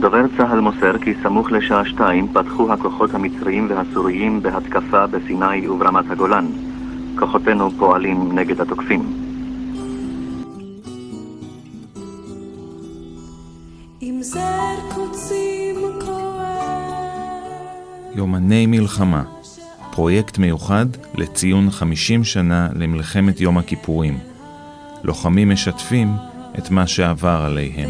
דובר צהל מוסר כי סמוך לשעה 2 פתחו הכוחות המצריים והסוריים בהתקפה בסיני וברמת הגולן. כוחותינו פועלים נגד התוקפים. יומני מלחמה, פרויקט מיוחד לציון 50 שנה למלחמת יום הכיפורים. לוחמים משתפים את מה שעבר עליהם.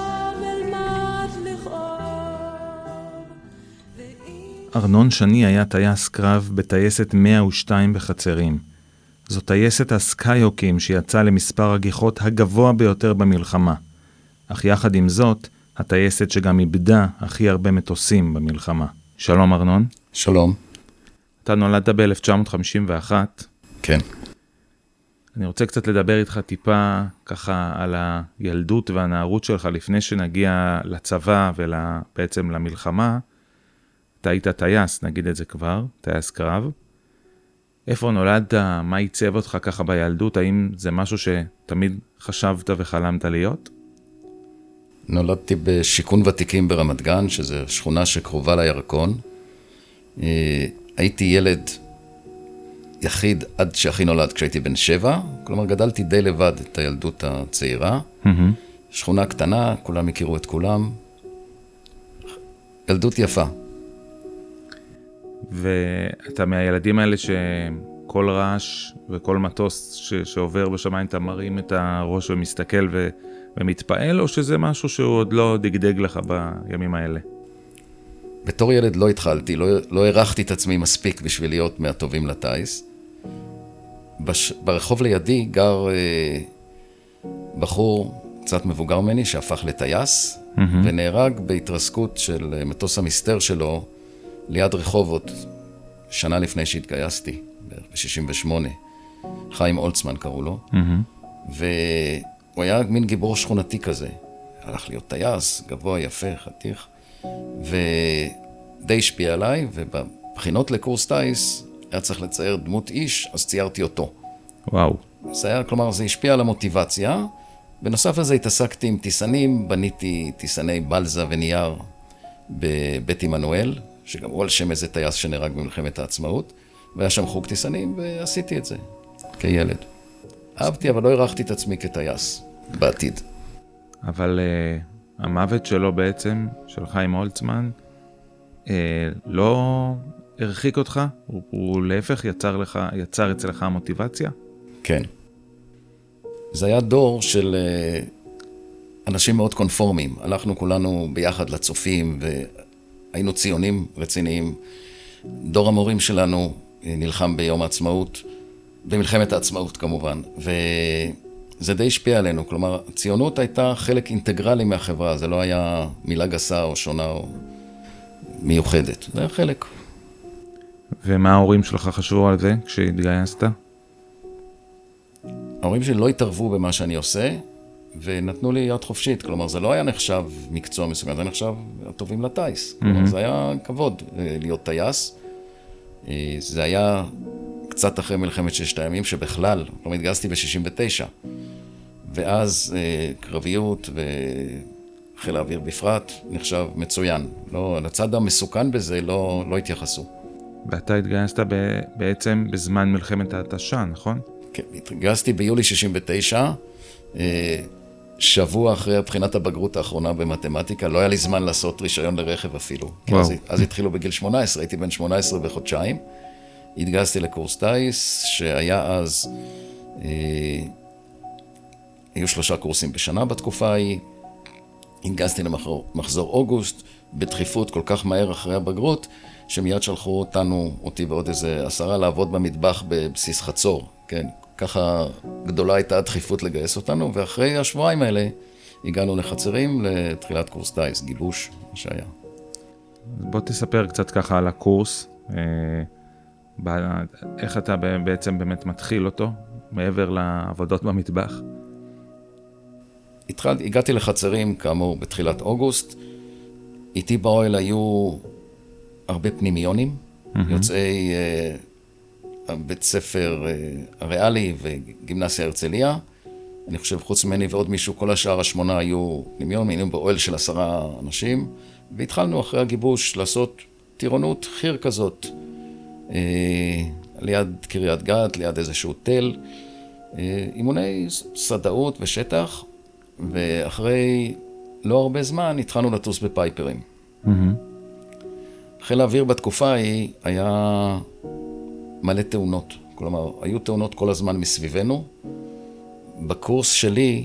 ארנון שני היה טייס קרב בטייסת 102 בחצרים. זו טייסת הסקייהוקים שיצאה למספר הגיחות הגבוה ביותר במלחמה. אך יחד עם זאת, הטייסת שגם איבדה הכי הרבה מטוסים במלחמה. שלום ארנון. שלום. אתה נולדת ב-1951. כן. אני רוצה קצת לדבר איתך טיפה ככה על הילדות והנערות שלך לפני שנגיע לצבא ובעצם למלחמה. אתה היית טייס, נגיד את זה כבר, טייס קרב. איפה נולדת? מה ייצב אותך ככה בילדות? האם זה משהו שתמיד חשבת וחלמת להיות? נולדתי בשיכון ותיקים ברמת גן, שזו שכונה שקרובה לירקון. הייתי ילד יחיד עד שאחי נולד כשהייתי בן 7, כלומר גדלתי די לבד את הילדות הצעירה. שכונה קטנה, כולם הכירו את כולם. ילדות יפה. ואתה מהילדים האלה שכל רעש וכל מטוס שעובר בשמיים אתה מרים את הראש ומסתכל ומתפעל, או שזה משהו שהוא עוד לא דגדג לך בימים האלה? בתור ילד לא התחלתי, לא הרחתי את עצמי מספיק בשביל להיות מהטובים לטייס. ברחוב לידי גר בחור קצת מבוגר ממני שהפך לטייס, ונהרג בהתרסקות של מטוס המסתר שלו ליד רחובות, שנה לפני שהתגייסתי, ב-68. חיים אולצמן קראו לו. והוא היה מין גיבור שכונתי כזה. הלך להיות טייס, גבוה, יפה, חתיך. ודי השפיע עליי, ובבחינות לקורס טייס היה צריך לצייר דמות איש, אז ציירתי אותו. וואו. זה היה, כלומר, זה השפיע על המוטיבציה. בנוסף לזה התעסקתי עם טיסנים, בניתי טיסני בלזה ונייר בבית עמנואל, שגם הוא על שם איזה טייס שנהרג במלחמת העצמאות, והיה שם חוג טיסנים, ועשיתי את זה כילד. אהבתי, אבל לא הרחתי את עצמי כטייס בעתיד. אבל המוות שלו בעצם, של חיים הולצמן, לא הרחיק אותך? הוא להפך יצר אצלך המוטיבציה? כן. זה היה דור של אנשים מאוד קונפורמיים. הלכנו כולנו ביחד לצופים, והיינו ציונים רציניים. דור המורים שלנו נלחם ביום העצמאות, במלחמת העצמאות כמובן, וזה די השפיע עלינו. כלומר, הציונות הייתה חלק אינטגרלי מהחברה, זה לא היה מילה גסה או שונה או מיוחדת, זה היה חלק. ומה ההורים שלך חשבו על זה כשהתגייסת? ההורים שלי לא התערבו במה שאני עושה, ונתנו לי יד חופשית. כלומר, זה לא היה נחשב מקצוע מסוים, זה נחשב הטובים לטייס. כלומר, זה היה כבוד להיות טייס. זה היה קצת אחרי מלחמת ששת הימים, שבכלל, כלומר, התגייסתי ב-69. ואז קרביות וחיל האוויר בפרט נחשב מצוין. לא, לצד המסוכן בזה לא התייחסו. ואתה התגייסת בעצם בזמן מלחמת ההתשה, נכון? כן, התגייסתי ביולי 69, שבוע אחרי הבחינת הבגרות האחרונה במתמטיקה, לא היה לי זמן לעשות רישיון לרכב אפילו. אז התחילו בגיל 18, הייתי בן 18 בחודשיים. התגייסתי לקורס טייס, שהיה אז, היו 3 קורסים בשנה בתקופה ההיא. התגייסתי למחזור אוגוסט, בדחיפות כל כך מהר אחרי הבגרות, שמיד שלחו אותי ועוד איזה 10 לעבוד במטבח בבסיס חצור, כן? ככה גדולה הייתה הדחיפות לגייס אותנו, ואחרי השבועיים האלה הגענו לחצרים לתחילת קורס טייס, גיבוש, מה שהיה. בוא תספר קצת ככה על הקורס, איך אתה בעצם באמת מתחיל אותו, מעבר לעבודות במטבח? הגעתי לחצרים, כאמור, בתחילת אוגוסט. איתי באוהל היו הרבה פנימיונים, יוצאי בית ספר הריאלי וגימנסיה הרצליה. אני חושב חוץ ממני ועוד מישהו, כל השאר 8 היו דמיון, היינו באוהל של 10 אנשים, והתחלנו אחרי הגיבוש לעשות טירונות חיר כזאת, ליד קריית גת, ליד איזשהו תל, אימוני סדאות ושטח, ואחרי לא הרבה זמן התחלנו לטוס בפייפרים. חיל האוויר בתקופה ההיא היה מלא תאונות, כלומר, היו תאונות כל הזמן מסביבנו. בקורס שלי,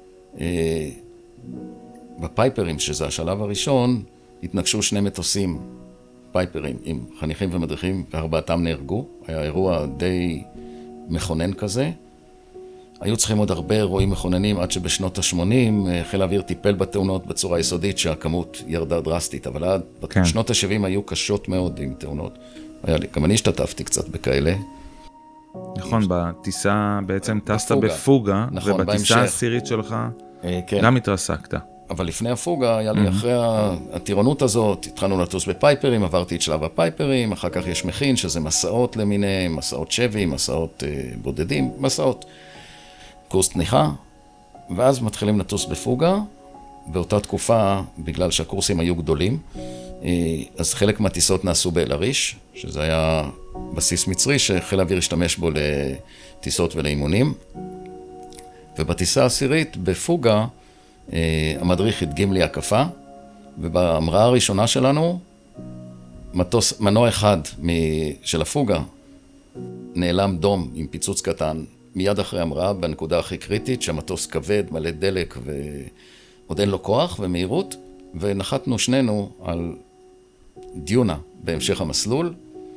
בפייפרים, שזה השלב הראשון, התנגשו 2 מטוסים פייפרים עם חניכים ומדריכים, ו4 נהרגו. היה אירוע די מכונן כזה. היו צריכים עוד הרבה אירועים מכוננים עד שבשנות ה-80 חיל האוויר טיפל בתאונות בצורה יסודית שהכמות ירדה דרסטית, אבל עד בשנות ה-70 היו קשות מאוד עם תאונות. גם אני השתתפתי קצת בכאלה. נכון, בטיסה בעצם טסת בפוגה, ובטיסה העשירית שלך גם התרסקת. אבל לפני הפוגה, היה לי אחרי הטירונות הזאת, התחלנו לטוס בפייפרים, עברתי את שלב הפייפרים, אחר כך יש מכין, שזה מסעות למיניהם, מסעות שבי, מסעות בודדים, מסעות קורס תניחה, ואז מתחילים לטוס בפוגה. באותה תקופה, בגלל שהקורסים היו גדולים, אז חלק מהטיסות נעשו באל-עריש, שזה היה בסיס מצרי שחיל האוויר השתמש בו לטיסות ולאימונים. ובטיסה העשירית, בפוגה, המדריך הדגים לי הקפה, ובהמראה הראשונה שלנו, מנוע אחד של הפוגה נעלם דום עם פיצוץ קטן, מיד אחרי המראה, בנקודה הכי קריטית, שהמטוס כבד, מלא דלק ועוד אין לו כוח ומהירות, ונחתנו שנינו על דיונה בהמשך המסלול,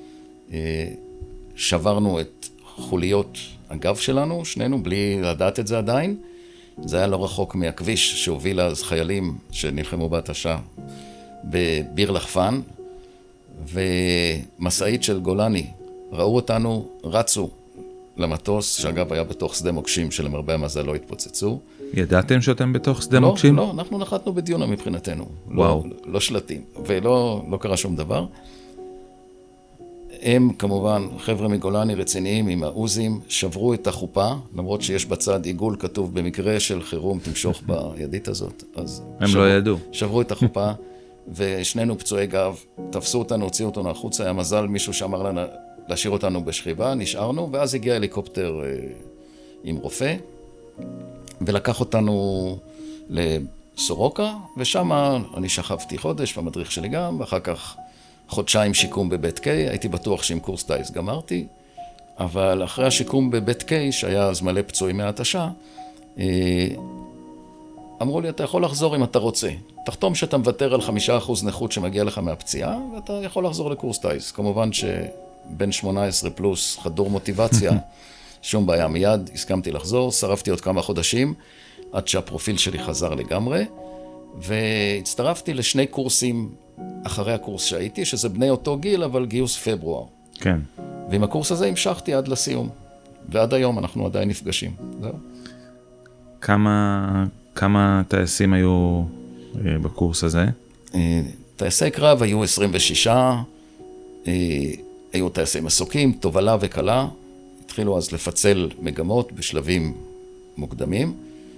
שברנו את חוליות הגב שלנו, שנינו בלי לדעת את זה עדיין. זה היה לא רחוק מהכביש שהוביל אז חיילים שנלחמו בהתשה בביר לחפן, ומסעית של גולני ראו אותנו, רצו למטוס, שאגב היה בתוך שדה מוקשים שלמרבה המזל לא התפוצצו. ידעתם שאתם בתוך שדה מוקשים? לא, אנחנו נחתנו בדיונה מבחינתנו. וואו. לא שלטים, ולא קרה שום דבר. הם כמובן, חבר'ה מגולני רציניים עם האוזים, שברו את החופה, למרות שיש בצד עיגול כתוב במקרה של חירום, תמשוך בידית הזאת. הם לא ידעו. שברו את החופה, ושנינו פצועי גב, תפסו אותנו, הוציאו אותנו החוצה, היה מזל מישהו שאמר לנו להשאיר אותנו בשכיבה, נשארנו, ואז הגיע הליקופטר עם רופא, ולקח אותנו לסורוקה, ושם אני שכבתי חודש, והמדריך שלי גם, ואחר כך חודשיים שיקום בבית קיי, הייתי בטוח שעם קורס טייס גמרתי, אבל אחרי השיקום בבית קיי, שהיה אז מלא פצועים מההתשה, אמרו לי, אתה יכול לחזור אם אתה רוצה. תחתום שאתה מוותר על 5% נכות שמגיע לך מהפציעה, ואתה יכול לחזור לקורס טייס. כמובן שבין 18 פלוס חדור מוטיבציה, שום בעיה מיד, הסכמתי לחזור, שרפתי עוד כמה חודשים, עד שהפרופיל שלי חזר לגמרי, והצטרפתי לשני קורסים אחרי הקורס שהייתי, שזה בני אותו גיל, אבל גיוס פברואר. כן. ועם הקורס הזה המשכתי עד לסיום, ועד היום אנחנו עדיין נפגשים. זהו. כמה טייסים היו בקורס הזה? טייסי קרב היו 26, היו טייסי מסוקים, תובלה וקלה, התחילו אז לפצל מגמות בשלבים מוקדמים,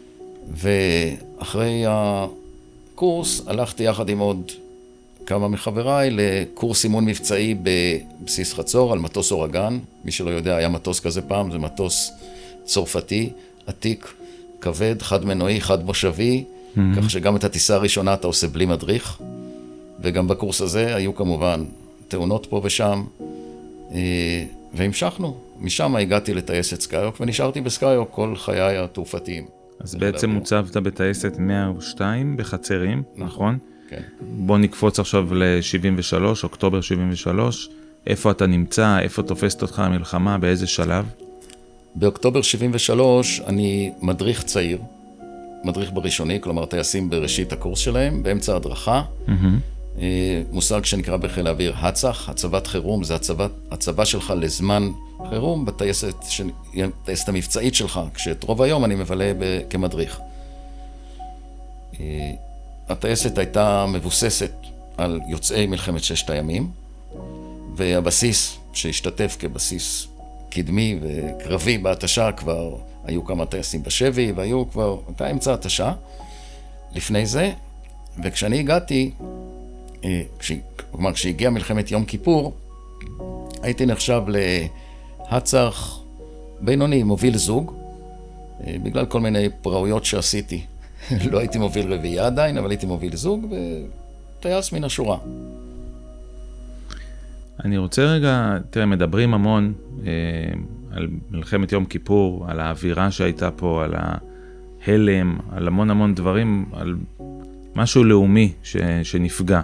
ואחרי הקורס הלכתי יחד עם עוד כמה מחבריי לקורס אימון מבצעי בבסיס חצור על מטוס אורגן. מי שלא יודע, היה מטוס כזה פעם, זה מטוס צרפתי, עתיק, כבד, חד מנועי, חד מושבי, כך שגם את הטיסה הראשונה אתה עושה בלי מדריך, וגם בקורס הזה היו כמובן תאונות פה ושם, והמשכנו. משם הגעתי לטייסת סקייוק, ונשארתי בסקייוק כל חיי התעופתיים. אז בעצם מוצבת בטייסת 102 בחצרים, נכון? כן. בוא נקפוץ עכשיו ל-73, אוקטובר 73. איפה אתה נמצא? איפה תופסת אותך המלחמה? באיזה שלב? באוקטובר 73 אני מדריך צעיר, מדריך בראשוני, כלומר טייסים בראשית הקורס שלהם, באמצע הדרכה. מושג שנקרא בחיל האוויר הצ"ח, הצבת חירום, זה הצבה שלך לזמן חירום בטייסת המבצעית שלך, כשאת רוב היום אני מבלה כמדריך. הטייסת הייתה מבוססת על יוצאי מלחמת ששת הימים, והבסיס שהשתתף כבסיס קדמי וקרבי בהתשה, כבר היו כמה טייסים בשבי, והיו כבר, הייתה אמצע התשה לפני זה, וכשאני הגעתי, כלומר, כשהגיעה מלחמת יום כיפור, הייתי נחשב להצח בינוני, מוביל זוג, בגלל כל מיני פרעויות שעשיתי. לא הייתי מוביל רביעייה עדיין, אבל הייתי מוביל זוג, וטייס מן השורה. אני רוצה רגע, תראה, מדברים המון על מלחמת יום כיפור, על האווירה שהייתה פה, על ההלם, על המון דברים, על משהו לאומי שנפגע.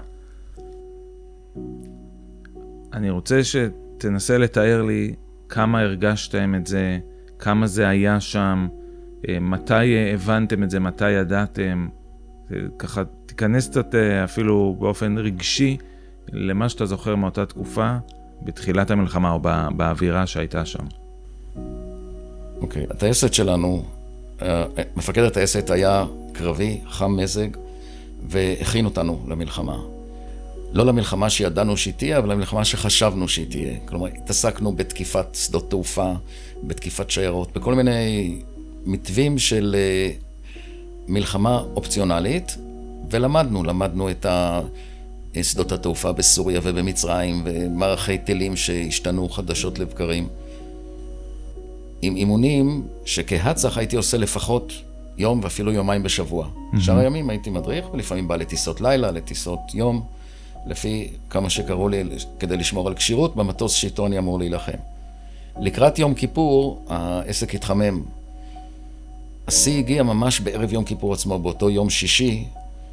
אני רוצה שתנסה לתאר לי כמה הרגשתם את זה, כמה זה היה שם, מתי הבנתם את זה, מתי ידעתם, ככה תיכנס קצת אפילו באופן רגשי למה שאתה זוכר מאותה תקופה, בתחילת המלחמה או באווירה שהייתה שם. אוקיי, הטייסת שלנו, מפקד הטייסת היה קרבי, חם מזג, והכין אותנו למלחמה. לא למלחמה שידענו שהיא תהיה, אבל למלחמה שחשבנו שהיא תהיה. כלומר, התעסקנו בתקיפת שדות תעופה, בתקיפת שיירות, בכל מיני מתווים של מלחמה אופציונלית, ולמדנו את שדות התעופה בסוריה ובמצרים, ומערכי טילים שהשתנו חדשות לבקרים. עם אימונים שכהצח הייתי עושה לפחות יום ואפילו יומיים בשבוע. שאר הימים הייתי מדריך, ולפעמים בא לטיסות לילה, לטיסות יום, לפי כמה שקראו לי כדי לשמור על קשירות במטוס שאיתו אני אמור להילחם. לקראת יום כיפור העסק התחמם. השיא הגיע ממש בערב יום כיפור עצמו, באותו יום שישי,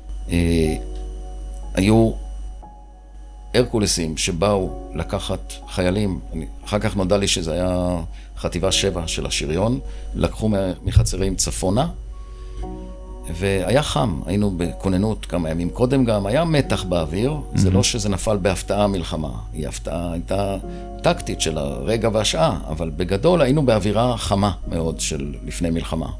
היו הרקולסים שבאו לקחת חיילים, אחר כך נודע לי שזה היה חטיבה 7 של השריון, לקחו מחצרים צפונה, והיה חם, היינו בכוננות כמה ימים קודם גם, היה מתח באוויר, זה לא שזה נפל בהפתעה מלחמה, היא הפתעה הייתה טקטית של הרגע והשעה, אבל בגדול היינו באווירה חמה מאוד של לפני מלחמה.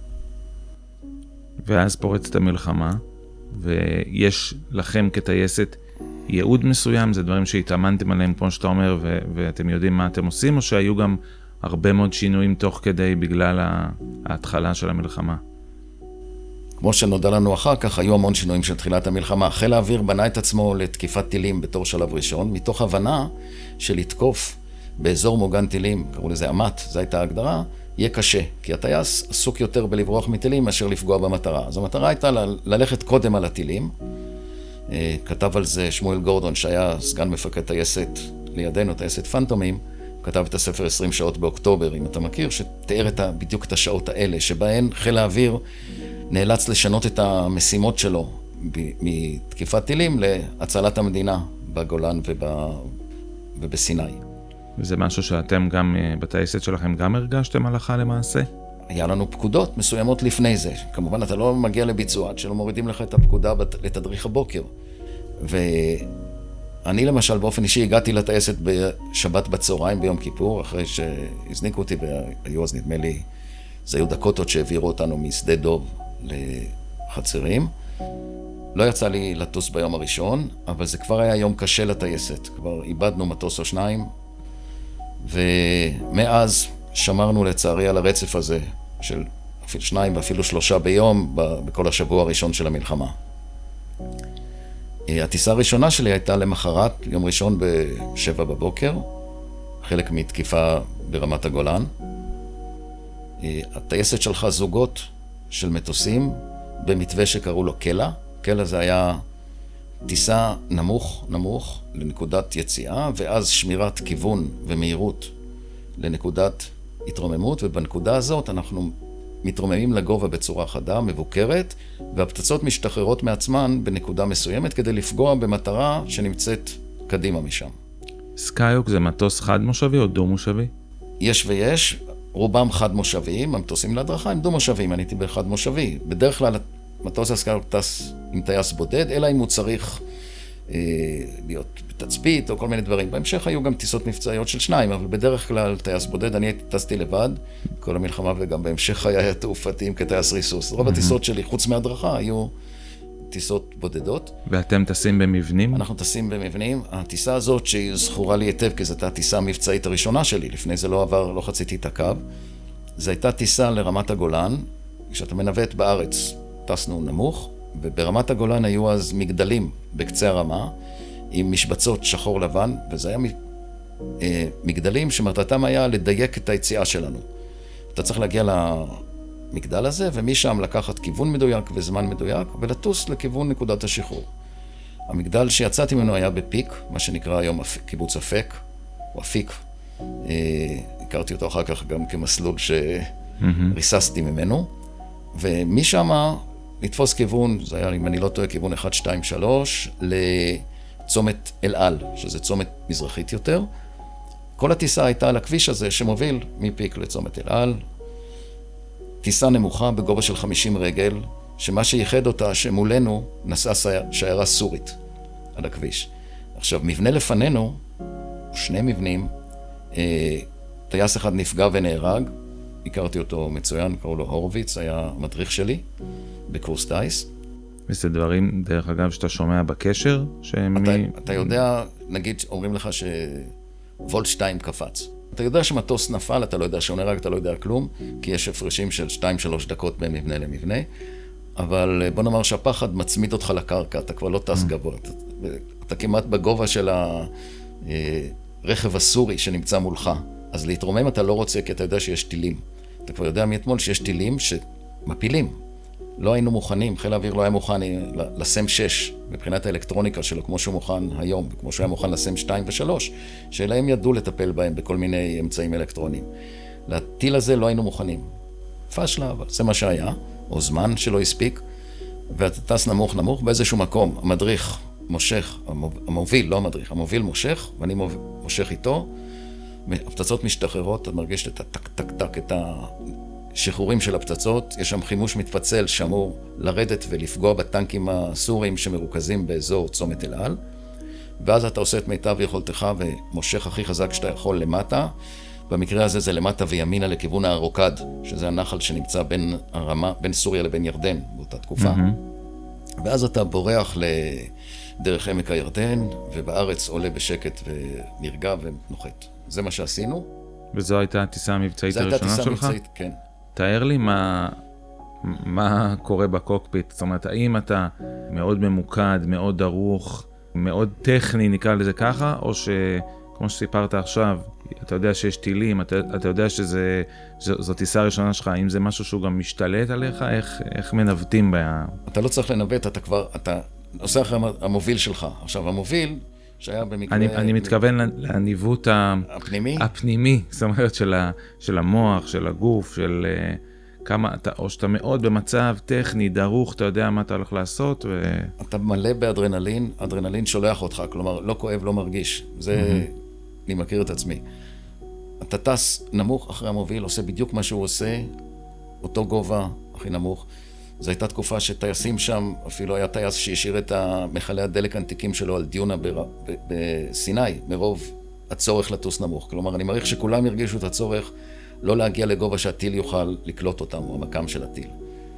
ואז פורצת המלחמה, ויש לכם כטייסת ייעוד מסוים, זה דברים שהתאמנתם עליהם כמו שאתה אומר, ואתם יודעים מה אתם עושים, או שהיו גם הרבה מאוד שינויים תוך כדי בגלל ההתחלה של המלחמה? כמו שנודע לנו אחר כך, היו המון שינויים של תחילת המלחמה. חיל האוויר בנה את עצמו לתקיפת טילים בתור שלב ראשון, מתוך הבנה של לתקוף באזור מוגן טילים, קראו לזה עמת, זו הייתה ההגדרה, יהיה קשה, כי הטייס עסוק יותר בלברוח מטילים מאשר לפגוע במטרה. אז המטרה הייתה ללכת קודם על הטילים. כתב על זה שמואל גורדון, שהיה סגן מפקד טייסת לידינו, טייסת פנטומים, כתב את הספר 20 שעות באוקטובר, אם אתה מכיר, שתיאר בדיוק את השעות האלה, שבהן חיל האוויר נאלץ לשנות את המשימות שלו מתקיפת טילים להצלת המדינה בגולן ובסיני. וזה משהו שאתם גם, בטייסת שלכם, גם הרגשתם הלכה למעשה? היה לנו פקודות מסוימות לפני זה. כמובן, אתה לא מגיע לביצוע עד שלא מורידים לך את הפקודה לתדריך הבוקר. ואני למשל, באופן אישי, הגעתי לטייסת בשבת בצהריים ביום כיפור, אחרי שהזניקו אותי, והיו אז נדמה לי, זה היו דקות שהעבירו אותנו משדה דוב לחצרים. לא יצא לי לטוס ביום הראשון, אבל זה כבר היה יום קשה לטייסת. כבר איבדנו מטוס או שניים, ומאז שמרנו לצערי על הרצף הזה של אפילו 2 ואפילו 3 ביום בכל השבוע הראשון של המלחמה. הטיסה הראשונה שלי הייתה למחרת, יום ראשון ב7 בבוקר, חלק מתקיפה ברמת הגולן. הטייסת שלחה זוגות של מטוסים במתווה שקראו לו קלה. קלה זה היה טיסה נמוך לנקודת יציאה, ואז שמירת כיוון ומהירות לנקודת התרוממות, ובנקודה הזאת אנחנו מתרוממים לגובה בצורה חדה, מבוקרת, והפצצות משתחררות מעצמן בנקודה מסוימת כדי לפגוע במטרה שנמצאת קדימה משם. סקייהוק זה מטוס חד מושבי או דו מושבי? יש ויש, רובם חד מושביים, המטוסים להדרכה הם דו מושביים, אני הייתי בחד מושבי. בדרך כלל מטוס הסקייהוק טס עם טייס בודד, אלא אם הוא צריך להיות בתצפית או כל מיני דברים. בהמשך היו גם טיסות מבצעיות של 2, אבל בדרך כלל טייס בודד, אני טסתי לבד כל המלחמה, וגם בהמשך חיי התעופתיים כטייס ריסוס. רוב הטיסות שלי, חוץ מהדרכה, היו טיסות בודדות. ואתם טסים במבנים? אנחנו טסים במבנים. הטיסה הזאת שהיא זכורה לי היטב, כי זו הייתה הטיסה המבצעית הראשונה שלי, לפני זה לא חציתי את הקו. זו הייתה טיסה לרמת הגולן, כשאתה מנווט בארץ, טסנו נמוך, וברמת הגולן היו אז מגדלים בקצה הרמה, עם משבצות שחור לבן, וזה היה מגדלים שמטרתם היה לדייק את היציאה שלנו. אתה צריך להגיע למגדל הזה, ומשם לקחת כיוון מדויק וזמן מדויק, ולטוס לכיוון נקודת השחרור. המגדל שיצאתי ממנו היה בפיק, מה שנקרא היום קיבוץ אפק, או אפיק. הכרתי אותו אחר כך גם כמסלול שריססתי ממנו, ומשם לתפוס כיוון, זה היה, אם אני לא טועה, כיוון 1, 2, 3, לצומת אל-על, שזה צומת מזרחית יותר. כל הטיסה הייתה על הכביש הזה שמוביל מפיק לצומת אל-על. טיסה נמוכה בגובה של 50 רגל, שמה שייחד אותה שמולנו נסעה שיירה סורית על הכביש. עכשיו, מבנה לפנינו, שני מבנים, טייס אחד נפגע ונהרג, הכרתי אותו מצוין, קראו לו הורוויץ, היה מדריך שלי בקורס טייס. וזה דברים, דרך אגב, שאתה שומע בקשר? אתה יודע, נגיד, אומרים לך שוולט 2 קפץ. אתה יודע שמטוס נפל, אתה לא יודע שהוא נהרג, אתה לא יודע כלום, כי יש הפרשים של 2-3 דקות בין מבנה למבנה, אבל בוא נאמר שהפחד מצמיד אותך לקרקע, אתה כבר לא טס גבוה, אתה כמעט בגובה של הרכב הסורי שנמצא מולך, אז להתרומם אתה לא רוצה, כי אתה יודע שיש טילים. אתה כבר יודע מאתמול שיש טילים שמפילים. לא היינו מוכנים, חיל האוויר לא היה מוכן לסם 6, מבחינת האלקטרוניקה שלו, כמו שהוא מוכן היום, כמו שהוא היה מוכן לסם 2 ו-3, שאליהם ידעו לטפל בהם בכל מיני אמצעים אלקטרוניים. לטיל הזה לא היינו מוכנים. פשלה, אבל זה מה שהיה, או זמן שלא הספיק, ואתה טס נמוך, באיזשהו מקום, המדריך מושך, המוביל, לא המדריך, המוביל מושך, ואני מושך איתו, הפצצות משתחררות, אתה מרגיש את הטק-טק-טק, את השחרורים של הפצצות, יש שם חימוש מתפצל שאמור לרדת ולפגוע בטנקים הסוריים שמרוכזים באזור צומת אל-על, ואז אתה עושה את מיטב יכולתך ומושך הכי חזק שאתה יכול למטה, במקרה הזה זה למטה וימינה לכיוון הרוקד, שזה הנחל שנמצא בין סוריה לבין ירדן באותה תקופה, ואז אתה בורח דרך עמק הירדן, ובארץ עולה בשקט ונרגע ונוחת. זה מה שעשינו. וזו הייתה הטיסה המבצעית הראשונה שלך? זו הייתה טיסה מבצעית, כן. תאר לי מה קורה בקוקפיט. זאת אומרת, האם אתה מאוד ממוקד, מאוד דרוך, מאוד טכני, נקרא לזה ככה, או שכמו שסיפרת עכשיו, אתה יודע שיש טילים, אתה יודע שזו טיסה ראשונה שלך, האם זה משהו שהוא גם משתלט עליך? איך מנווטים אתה לא צריך לנווט, אתה עושה אחרי המוביל שלך. עכשיו, המוביל שהיה במקרה... אני מתכוון לניווט הפנימי, זאת אומרת, של המוח, של הגוף, של כמה, או שאתה מאוד במצב טכני, דרוך, אתה יודע מה אתה הולך לעשות, אתה מלא באדרנלין, אדרנלין שולח אותך, כלומר, לא כואב, לא מרגיש. זה, אני מכיר את עצמי. אתה טס נמוך אחרי המוביל, עושה בדיוק מה שהוא עושה, אותו גובה, הכי נמוך. זו הייתה תקופה שטייסים שם, אפילו היה טייס שהשאיר את מכלי הדלק האנטיקים שלו על דיונה בסיני, מרוב הצורך לטוס נמוך. כלומר, אני מעריך שכולם ירגישו את הצורך לא להגיע לגובה שהטיל יוכל לקלוט אותם, או המקם של הטיל.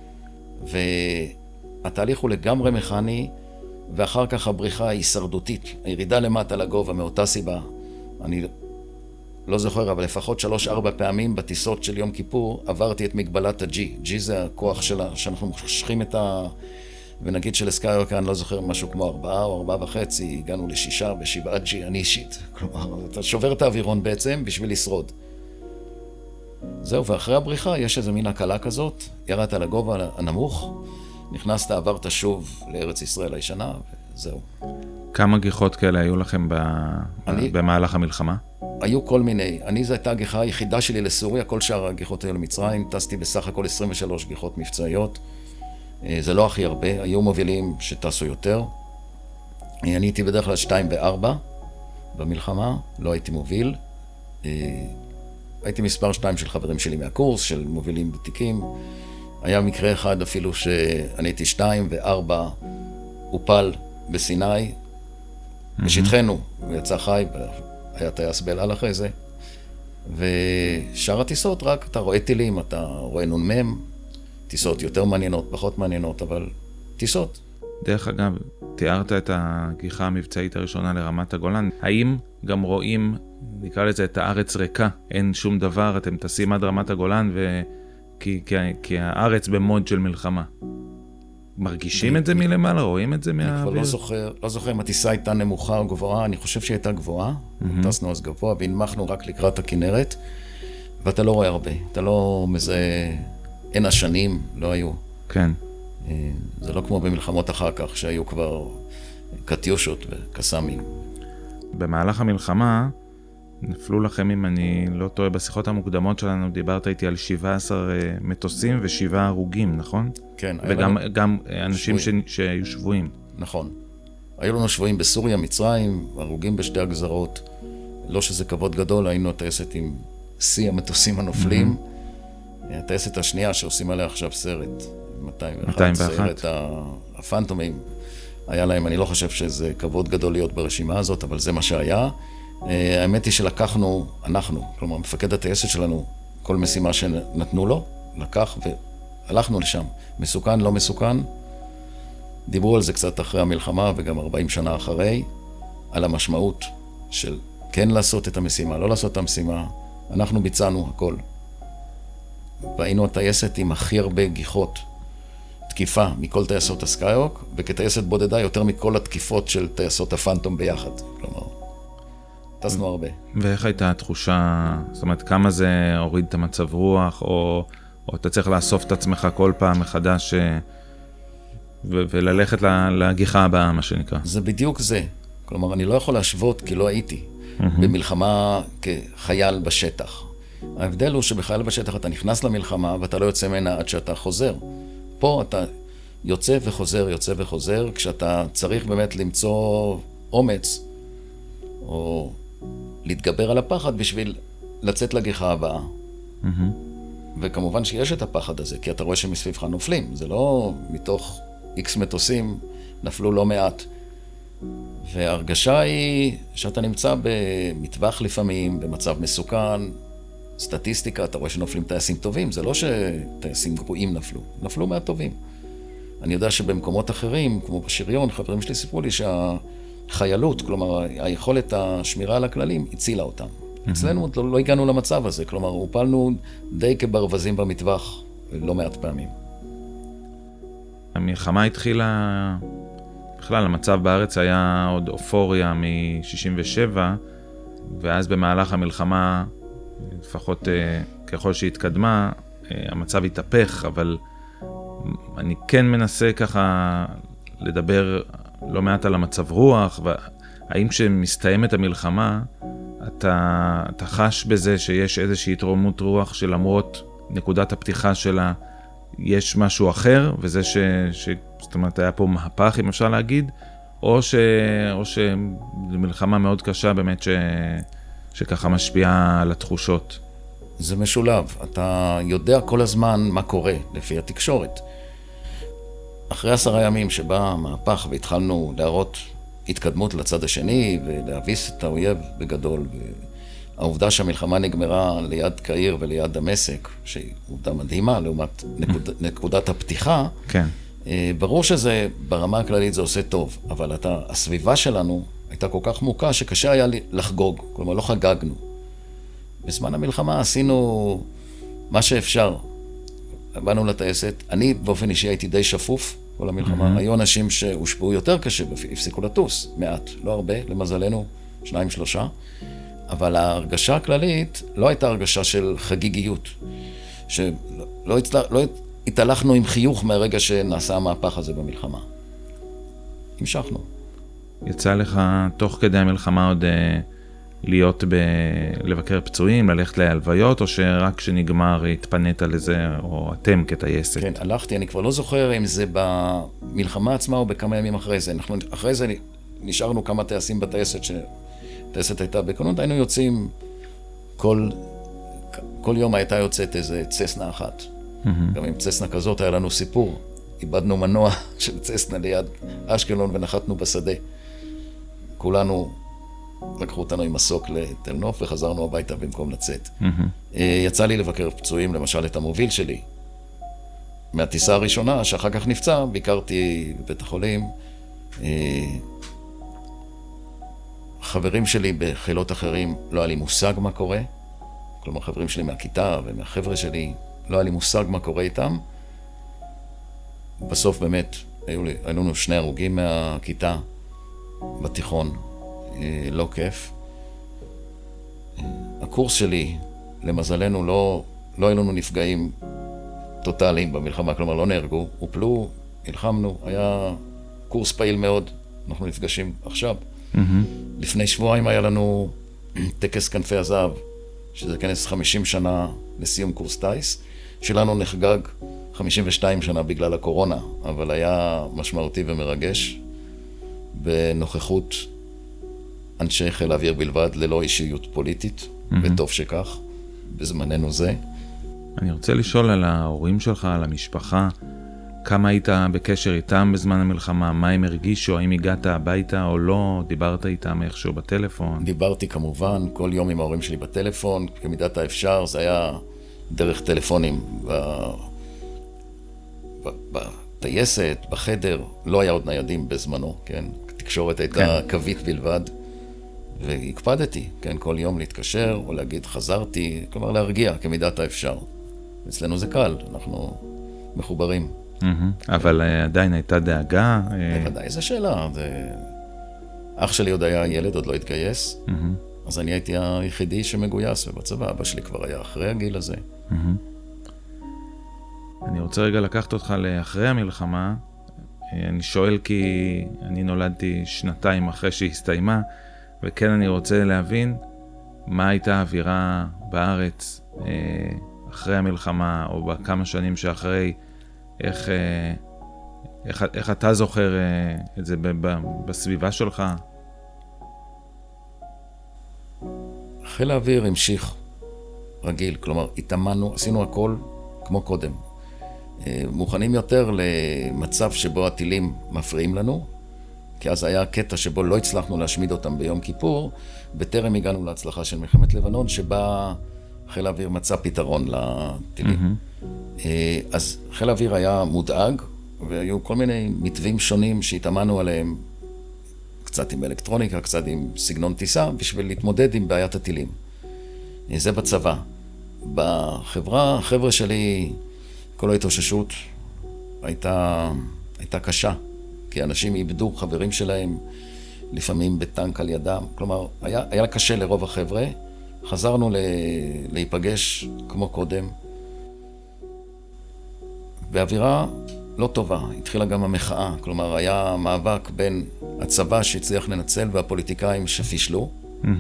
והתהליך הוא לגמרי מכני, ואחר כך הבריחה היא הישרדותית. הירידה למטה לגובה מאותה סיבה, אני לא זוכר, אבל לפחות 3-4 פעמים בטיסות של יום כיפור עברתי את מגבלת ה-G. G זה הכוח שלה, שאנחנו מושכים את ונגיד שלסקיווקר, אני לא זוכר, משהו כמו 4 או 4.5, הגענו ל6 ו7 G, אני אישית. כלומר, אתה שובר את האווירון בעצם בשביל לשרוד. זהו, ואחרי הבריחה יש איזו מין הקלה כזאת, ירדת לגובה הנמוך, נכנסת, עברת שוב לארץ ישראל הישנה, וזהו. כמה גיחות כאלה היו לכם במהלך המלחמה? היו כל מיני. זו הייתה הגיחה היחידה שלי לסוריה, כל שאר הגיחות היו למצרים, טסתי בסך הכל 23 גיחות מבצעיות. זה לא הכי הרבה, היו מובילים שטסו יותר. אני הייתי בדרך כלל 2 ו-4 במלחמה, לא הייתי מוביל. הייתי מספר 2 של חברים שלי מהקורס, של מובילים ותיקים. היה מקרה אחד אפילו שאני הייתי 2 ו-4 הופל בסיני, בשטחנו, הוא יצא חי, היה טייס באל-על אחרי זה. ושאר הטיסות רק, אתה רואה טילים, אתה רואה נ"מ, טיסות יותר מעניינות, פחות מעניינות, אבל טיסות. דרך אגב, תיארת את הגיחה המבצעית הראשונה לרמת הגולן. האם גם רואים, נקרא לזה, את הארץ ריקה? אין שום דבר, אתם טסים עד רמת הגולן, כי הארץ במוד של מלחמה. מרגישים את זה מלמעלה? רואים את זה אני כבר לא זוכר אם הטיסה הייתה נמוכה או גבוהה, אני חושב שהיא הייתה גבוהה, טסנו אז גבוה, והנמכנו רק לקראת הכנרת, ואתה לא רואה הרבה, אתה לא מזהה, אין השנים, לא היו. כן. זה לא כמו במלחמות אחר כך, שהיו כבר קטיושות וקסאמים. במהלך המלחמה, נפלו לכם, אם אני לא טועה, בשיחות המוקדמות שלנו, דיברת איתי על 17 מטוסים ו7 הרוגים, נכון? כן. וגם אנשים שהיו שבויים. נכון. היו לנו שבויים בסוריה, מצרים, הרוגים בשתי הגזרות. לא שזה כבוד גדול, היינו הטייסת עם שיא המטוסים הנופלים. הטייסת השנייה שעושים עליה עכשיו סרט, 201. סרט הפנטומים. היה להם, אני לא חושב שזה כבוד גדול להיות ברשימה הזאת, אבל זה מה שהיה. האמת היא שלקחנו, כלומר, מפקד הטייסת שלנו, כל משימה שנתנו לו, לקח והלכנו לשם. מסוכן, לא מסוכן. דיברו על זה קצת אחרי המלחמה וגם 40 שנה אחרי, על המשמעות של כן לעשות את המשימה, לא לעשות את המשימה. אנחנו ביצענו הכל. והיינו הטייסת עם הכי הרבה גיחות תקיפה מכל טייסות הסקייהוק, וכטייסת בודדה יותר מכל התקיפות של טייסות הפנטום ביחד. כלומר, טסנו הרבה. ואיך הייתה התחושה, זאת אומרת, כמה זה הוריד את המצב רוח, או אתה צריך לאסוף את עצמך כל פעם מחדש, וללכת להגיחה הבאה, מה שנקרא? זה בדיוק זה. כלומר, אני לא יכול להשוות, כי לא הייתי במלחמה כחייל בשטח. ההבדל הוא שבחייל בשטח אתה נכנס למלחמה, ואתה לא יוצא ממנה עד שאתה חוזר. פה אתה יוצא וחוזר, כשאתה צריך באמת למצוא אומץ, או להתגבר על הפחד בשביל לצאת לגיחה הבאה. וכמובן שיש את הפחד הזה, כי אתה רואה שמסביבך נופלים. זה לא מתוך איקס מטוסים, נפלו לא מעט. וההרגשה היא שאתה נמצא במטווח לפעמים, במצב מסוכן, סטטיסטיקה, אתה רואה שנופלים טייסים טובים, זה לא שטייסים גרועים נפלו מהטובים. אני יודע שבמקומות אחרים, כמו בשריון, חברים שלי סיפרו לי שהחיילות, כלומר, היכולת השמירה על הכללים, הצילה אותם. אצלנו לא הגענו למצב הזה, כלומר, הופלנו די כברווזים במטווח, לא מעט פעמים. המלחמה התחילה, בכלל, המצב בארץ היה עוד אופוריה מ-67, ואז במהלך המלחמה, לפחות ככל שהתקדמה, המצב התהפך, אבל אני כן מנסה ככה לדבר לא מעט על המצב רוח, והאם כשמסתיימת המלחמה, אתה חש בזה שיש איזושהי התרוממות רוח שלמרות נקודת הפתיחה שלה, יש משהו אחר, וזה זאת אומרת, היה פה מהפך, אם אפשר להגיד, או מלחמה מאוד קשה באמת שככה משפיעה על התחושות. זה משולב. אתה יודע כל הזמן מה קורה לפי התקשורת. אחרי 10 ימים שבא המהפך והתחלנו להראות התקדמות לצד השני ולהביס את האויב בגדול, והעובדה שהמלחמה נגמרה ליד קהיר וליד דמשק, שהיא עובדה מדהימה לעומת נקודת הפתיחה, כן. ברור שזה ברמה הכללית זה עושה טוב, אבל הסביבה שלנו הייתה כל כך מוכה שקשה היה לחגוג, כלומר לא חגגנו. בזמן המלחמה עשינו מה שאפשר. באנו לטייסת, אני באופן אישי הייתי די שפוף כל המלחמה. היו אנשים שהושפעו יותר קשה, הפסיקו לטוס, מעט, לא הרבה, למזלנו, 2-3. אבל ההרגשה הכללית לא הייתה הרגשה של חגיגיות. שלא התהלכנו עם חיוך מהרגע שנעשה המהפך הזה במלחמה. המשכנו. יצא לך תוך כדי המלחמה עוד להיות לבקר פצועים, ללכת להלוויות, או שרק כשנגמר התפנית לזה, או אתם כטייסת? כן, הלכתי, אני כבר לא זוכר אם זה במלחמה עצמה או בכמה ימים אחרי זה. אחרי זה נשארנו כמה טייסים בטייסת, שטייסת הייתה בכוננות, היינו יוצאים, כל יום הייתה יוצאת איזה צסנה אחת. גם עם צסנה כזאת היה לנו סיפור. איבדנו מנוע של צסנה ליד אשקלון ונחתנו בשדה. כולנו לקחו אותנו עם מסוק לתל נוף וחזרנו הביתה במקום לצאת. יצא לי לבקר פצועים, למשל את המוביל שלי. מהטיסה הראשונה, שאחר כך נפצע, ביקרתי בבית החולים. חברים שלי בחילות אחרים, לא היה לי מושג מה קורה. כלומר, חברים שלי מהכיתה ומהחבר'ה שלי, לא היה לי מושג מה קורה איתם. בסוף באמת, היו לנו 2 הרוגים מהכיתה בתיכון, לא כיף. הקורס שלי, למזלנו, לא היו לנו נפגעים טוטליים במלחמה, כלומר לא נהרגו, הופלו, נלחמנו, היה קורס פעיל מאוד, אנחנו נפגשים עכשיו. לפני שבועיים היה לנו טקס כנפי הזהב, שזה כנס 50 שנה לסיום קורס טייס, שלנו נחגג 52 שנה בגלל הקורונה, אבל היה משמעותי ומרגש, בנוכחות אנשי חיל האוויר בלבד, ללא אישיות פוליטית, וטוב שכך, בזמננו זה. אני רוצה לשאול על ההורים שלך, על המשפחה, כמה היית בקשר איתם בזמן המלחמה, מה הם הרגישו, האם הגעת הביתה או לא, דיברת איתם איכשהו בטלפון? דיברתי כמובן, כל יום עם ההורים שלי בטלפון, כמידת האפשר, זה היה דרך טלפונים בטייסת, בחדר, לא היה עוד ניידים בזמנו, כן? התקשורת הייתה קווית בלבד, והקפדתי, כן? כל יום להתקשר או להגיד חזרתי, כלומר להרגיע כמידת האפשר. אצלנו זה קל, אנחנו מחוברים. אבל עדיין הייתה דאגה? בוודאי, איזו שאלה. אח שלי עוד היה ילד, עוד לא התגייס, אז אני הייתי היחידי שמגויס, ובצבא אבא שלי כבר היה אחרי הגיל הזה. אני רוצה רגע לקחת אותך לאחרי המלחמה. אני שואל כי אני נולדתי 2 אחרי שהיא הסתיימה, וכן אני רוצה להבין מה הייתה האווירה בארץ אחרי המלחמה, או בכמה שנים שאחרי, איך אתה זוכר את זה בסביבה שלך? חיל האוויר המשיך רגיל, כלומר התאמנו, עשינו הכל כמו קודם. מוכנים יותר למצב שבו הטילים מפריעים לנו, כי אז היה קטע שבו לא הצלחנו להשמיד אותם ביום כיפור, בטרם הגענו להצלחה של מלחמת לבנון, שבה חיל האוויר מצא פתרון לטילים. אז חיל האוויר היה מודאג, והיו כל מיני מתווים שונים שהתאמנו עליהם, קצת עם אלקטרוניקה, קצת עם סגנון טיסה, בשביל להתמודד עם בעיית הטילים. זה בצבא. בחברה, החבר'ה שלי, כל ההתאוששות הייתה קשה, כי אנשים איבדו חברים שלהם, לפעמים בטנק על ידם. כלומר, היה קשה לרוב החבר'ה. חזרנו להיפגש כמו קודם. באווירה לא טובה, התחילה גם המחאה. כלומר, היה מאבק בין הצבא שהצליח לנצל והפוליטיקאים שפישלו.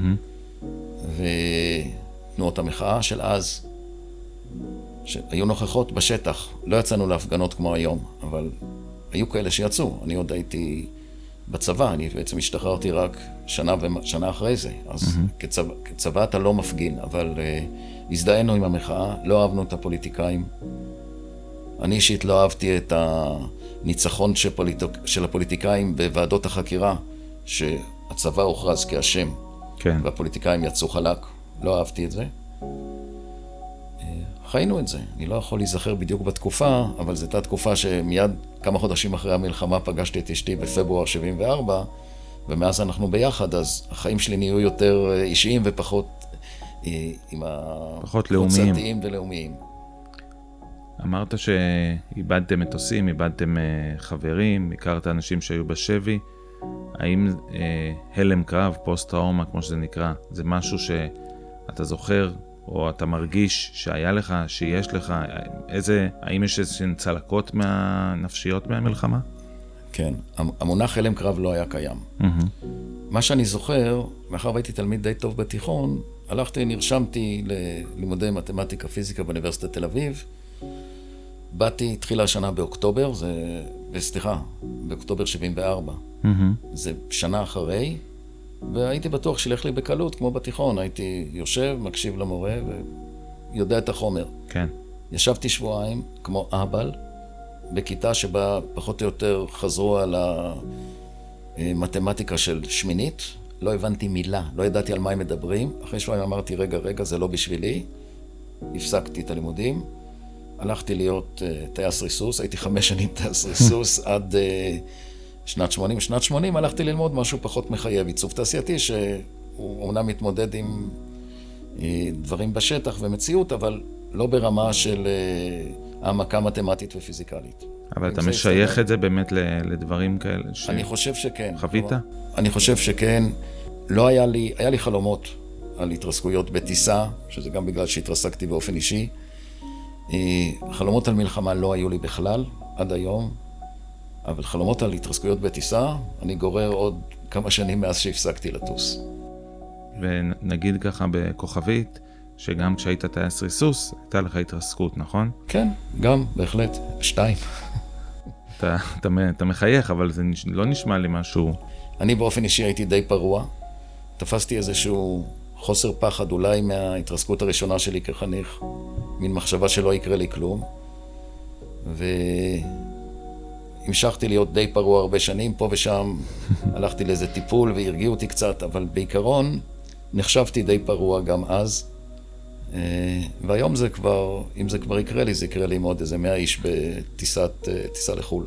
ותנועות המחאה של אז, שהיו נוכחות בשטח. לא יצאנו להפגנות כמו היום, אבל היו כאלה שיצאו. אני עוד הייתי בצבא, אני בעצם השתחררתי רק שנה אחרי זה. אז כצבא אתה לא מפגין, אבל הזדהינו עם המחאה, לא אהבנו את הפוליטיקאים. אני אישית לא אהבתי את הניצחון של הפוליטיקאים בוועדות החקירה, שהצבא הוכרז כאשם, והפוליטיקאים יצאו חלק. לא אהבתי את זה. חיינו את זה. אני לא יכול להיזכר בדיוק בתקופה, אבל זו הייתה תקופה שמיד כמה חודשים אחרי המלחמה פגשתי את אשתי בפברואר 74, ומאז אנחנו ביחד, אז החיים שלי נהיו יותר אישיים ופחות עם הקבוצתיים ולאומיים. אמרת שאיבדתם מטוסים, איבדתם חברים, הכרת אנשים שהיו בשבי. האם הלם קרב, פוסט-טראומה, כמו שזה נקרא, זה משהו שאתה זוכר או אתה מרגיש שהיה לך, שיש לך, האם יש איזשהן צלקות נפשיות מהמלחמה? כן, המונח הלם קרב לא היה קיים. מה שאני זוכר, מאחר והייתי תלמיד די טוב בתיכון, נרשמתי ללימודי מתמטיקה פיזיקה באוניברסיטת תל אביב, באתי, התחילה השנה באוקטובר, באוקטובר 74. זה שנה אחרי, והייתי בטוח שילך לי בקלות, כמו בתיכון. הייתי יושב, מקשיב למורה, ויודע את החומר. כן. ישבתי שבועיים, כמו אהבל, בכיתה שבה פחות או יותר חזרו על המתמטיקה של שמינית. לא הבנתי מילה, לא ידעתי על מה הם מדברים. אחרי שבועיים אמרתי, רגע, זה לא בשבילי. הפסקתי את הלימודים. הלכתי להיות טייס ריסוס, הייתי 5 שנים טייס ריסוס עד שנת 80. שנת 80 הלכתי ללמוד משהו פחות מחייב, עיצוב תעשייתי, שהוא אומנם מתמודד עם דברים בשטח ומציאות, אבל לא ברמה של העמקה מתמטית ופיזיקלית. אבל אתה משייך את זה באמת לדברים כאלה? אני חושב שכן. חווית? אני חושב שכן. לא היה לי חלומות על התרסקויות בטיסה, שזה גם בגלל שהתרסקתי באופן אישי. חלומות על מלחמה לא היו לי בכלל עד היום, אבל חלומות על התרסקויות בטיסה, אני גורר עוד כמה שנים מאז שהפסקתי לטוס. ונגיד ככה בכוכבית, שגם כשהיית טייס ריסוס, הייתה לך התרסקות, נכון? כן, גם, בהחלט. 2. אתה מחייך, אבל זה לא נשמע לי משהו... אני באופן אישי הייתי די פרוע. תפסתי איזשהו חוסר פחד, אולי מההתרסקות הראשונה שלי כחניך, מין מחשבה שלא יקרה לי כלום. והמשכתי להיות די פרוע הרבה שנים, פה ושם הלכתי לאיזה טיפול והרגיעו אותי קצת, אבל בעיקרון נחשבתי די פרוע גם אז. והיום זה כבר, אם זה כבר יקרה לי, זה יקרה לי עם עוד איזה 100 איש בטיסה לחול.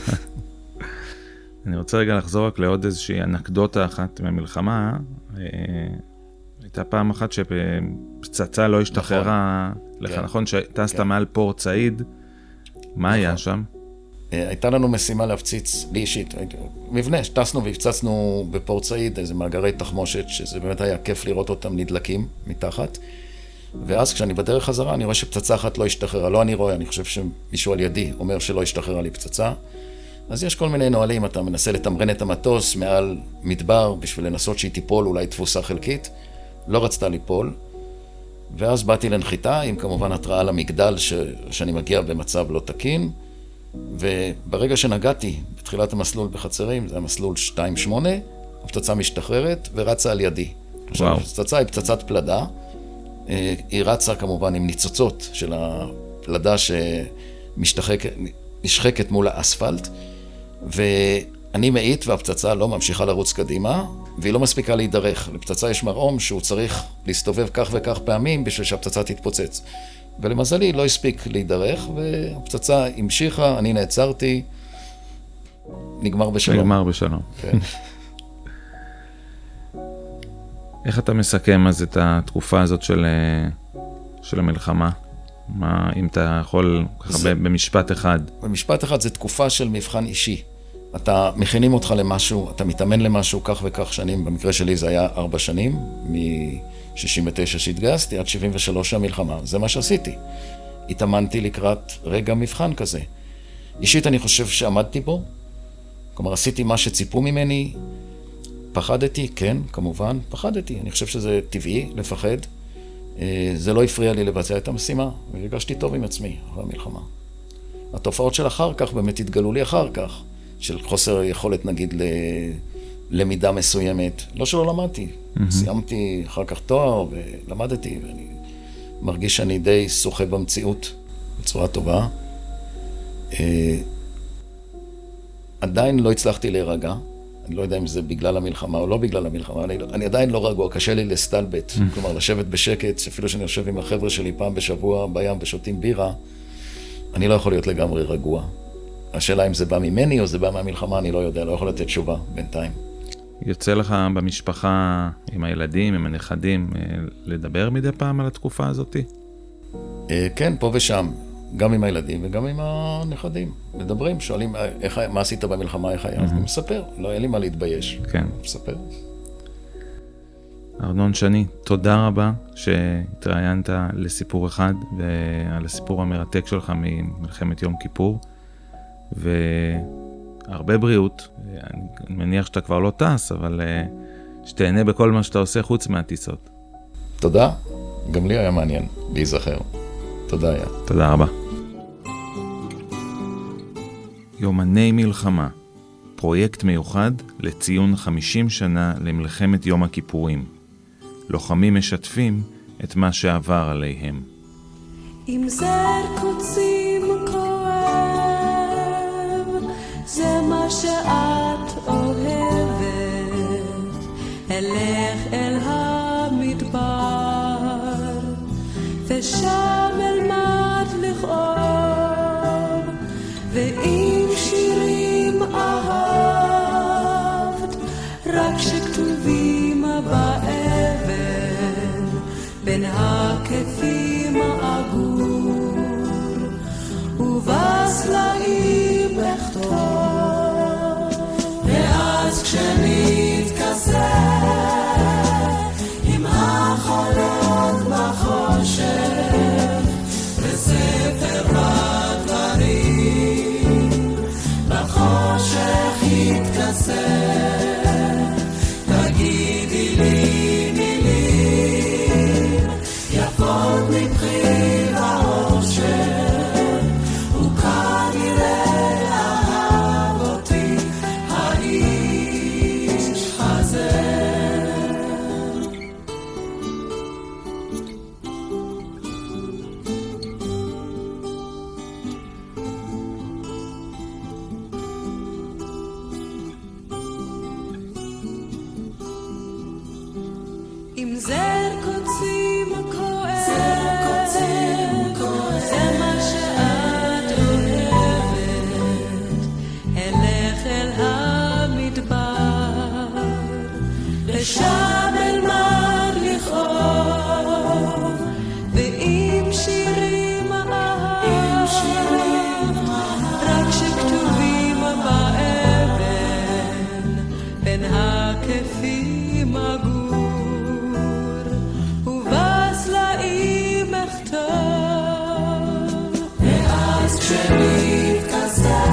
אני רוצה רגע לחזור רק לעוד איזושהי אנקדוטה אחת מהמלחמה. הייתה פעם אחת שפצצה לא השתחררה לך, נכון? שטסת מעל פורט סעיד. מה היה שם? הייתה לנו משימה להפציץ, לי אישית, מבנה, שטסנו והפצצנו בפורט סעיד, איזה מאגרי תחמושת, שזה באמת היה כיף לראות אותם נדלקים מתחת. ואז כשאני בדרך חזרה, אני רואה שפצצה אחת לא השתחררה. לא אני רואה, אני חושב שמישהו על ידי אומר שלא השתחררה לי פצצה. אז יש כל מיני נועלים, אתה מנסה לתמרן את המטוס מעל מדבר בשביל לנסות שהיא תיפול, אולי תפוסה חלקית. לא רצתה ליפול. ואז באתי לנחיתה, עם כמובן התראה למגדל שאני מגיע במצב לא תקין. וברגע שנגעתי בתחילת המסלול בחצרים, זה המסלול 2-8, הפצצה משתחררת ורצה על ידי. עכשיו, הפצצה היא פצצת פלדה. היא רצה כמובן עם ניצוצות של הפלדה שנשחקת מול האספלט, ואני מעיט והפצצה לא ממשיכה לרוץ קדימה, והיא לא מספיקה להידרך. לפצצה יש מרעום שהוא צריך להסתובב כך וכך פעמים בשביל שהפצצה תתפוצץ. ולמזלי לא הספיק להידרך, והפצצה המשיכה, אני נעצרתי, נגמר בשלום. נגמר בשלום. כן. איך אתה מסכם אז את התקופה הזאת של המלחמה? אם אתה יכול ככה במשפט אחד. במשפט אחד זה תקופה של מבחן אישי. אתה מכינים אותך למשהו, אתה מתאמן למשהו כך וכך שנים. במקרה שלי זה היה 4 שנים, מ-69 שהתגייסתי עד 73 המלחמה. זה מה שעשיתי. התאמנתי לקראת רגע מבחן כזה. אישית אני חושב שעמדתי בו. כלומר, עשיתי מה שציפו ממני. פחדתי, כן, כמובן, פחדתי. אני חושב שזה טבעי לפחד. זה לא הפריע לי לבצע את המשימה, והרגשתי טוב עם עצמי אחרי המלחמה. התופעות של אחר כך באמת התגלו לי אחר כך, של חוסר יכולת, נגיד, ללמידה מסוימת. לא שלא למדתי. סיימתי אחר כך תואר ולמדתי, ואני מרגיש שאני די שוחה במציאות בצורה טובה. עדיין לא הצלחתי להירגע. אני לא יודע אם זה בגלל המלחמה או לא בגלל המלחמה, אני עדיין לא רגוע, קשה לי לסטלבט, כלומר לשבת בשקט, אפילו שאני יושב עם החבר'ה שלי פעם בשבוע בים ושותים בירה, אני לא יכול להיות לגמרי רגוע. השאלה אם זה בא ממני או זה בא מהמלחמה, אני לא יודע, לא יכול לתת תשובה בינתיים. יוצא לך במשפחה עם הילדים, עם הנכדים, לדבר מדי פעם על התקופה הזאת? כן, פה ושם. גם עם הילדים וגם עם הנכדים. מדברים, שואלים, מה עשית במלחמה, איך היה? אני מספר, לא היה לי מה להתבייש. כן. מספר. ארנון שני, תודה רבה שהתראיינת לסיפור אחד, ועל הסיפור המרתק שלך ממלחמת יום כיפור, והרבה בריאות. אני מניח שאתה כבר לא טס, אבל שתהנה בכל מה שאתה עושה חוץ מהטיסות. תודה, גם לי היה מעניין להיזכר. תודה, היה. תודה רבה. יומני מלחמה, פרויקט מיוחד לציון 50 שנה למלחמת יום הכיפורים. לוחמים משתפים את מה שעבר עליהם. אם זר קוצים כואב, זה מה שאת אוהבת. אלך אל המדבר, ושם אלמד לכאוב. רק שכתובים באבן בין הכתפים העגור ובסלעים בכתוב. ואז כשנתכסה עם החולות בחושך בספר הדברים בחושך יתכסה, תגידי לי מילים יפות מבחיר האושר, וכנראה אהב אותי האיש הזה. עם זר קוצים כואב, זה מה שאת אוהבת, אלך אל המדבר, לשם אלמד לכאוב, ועם שירים אהב, רק שכתובים באבן, בין הכתפים עגור ואז כשנתכסה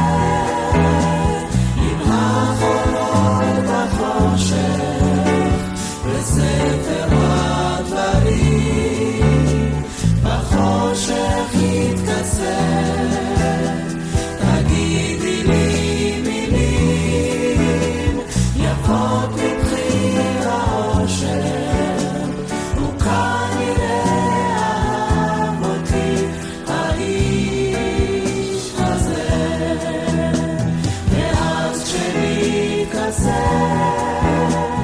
עם החולות בחושך בספר הדברים בחושך יתכסה, תגידי לי מילים יפות מבחיר האושר, וכנראה אהב אותי האיש הזה. ואז כשנתכסה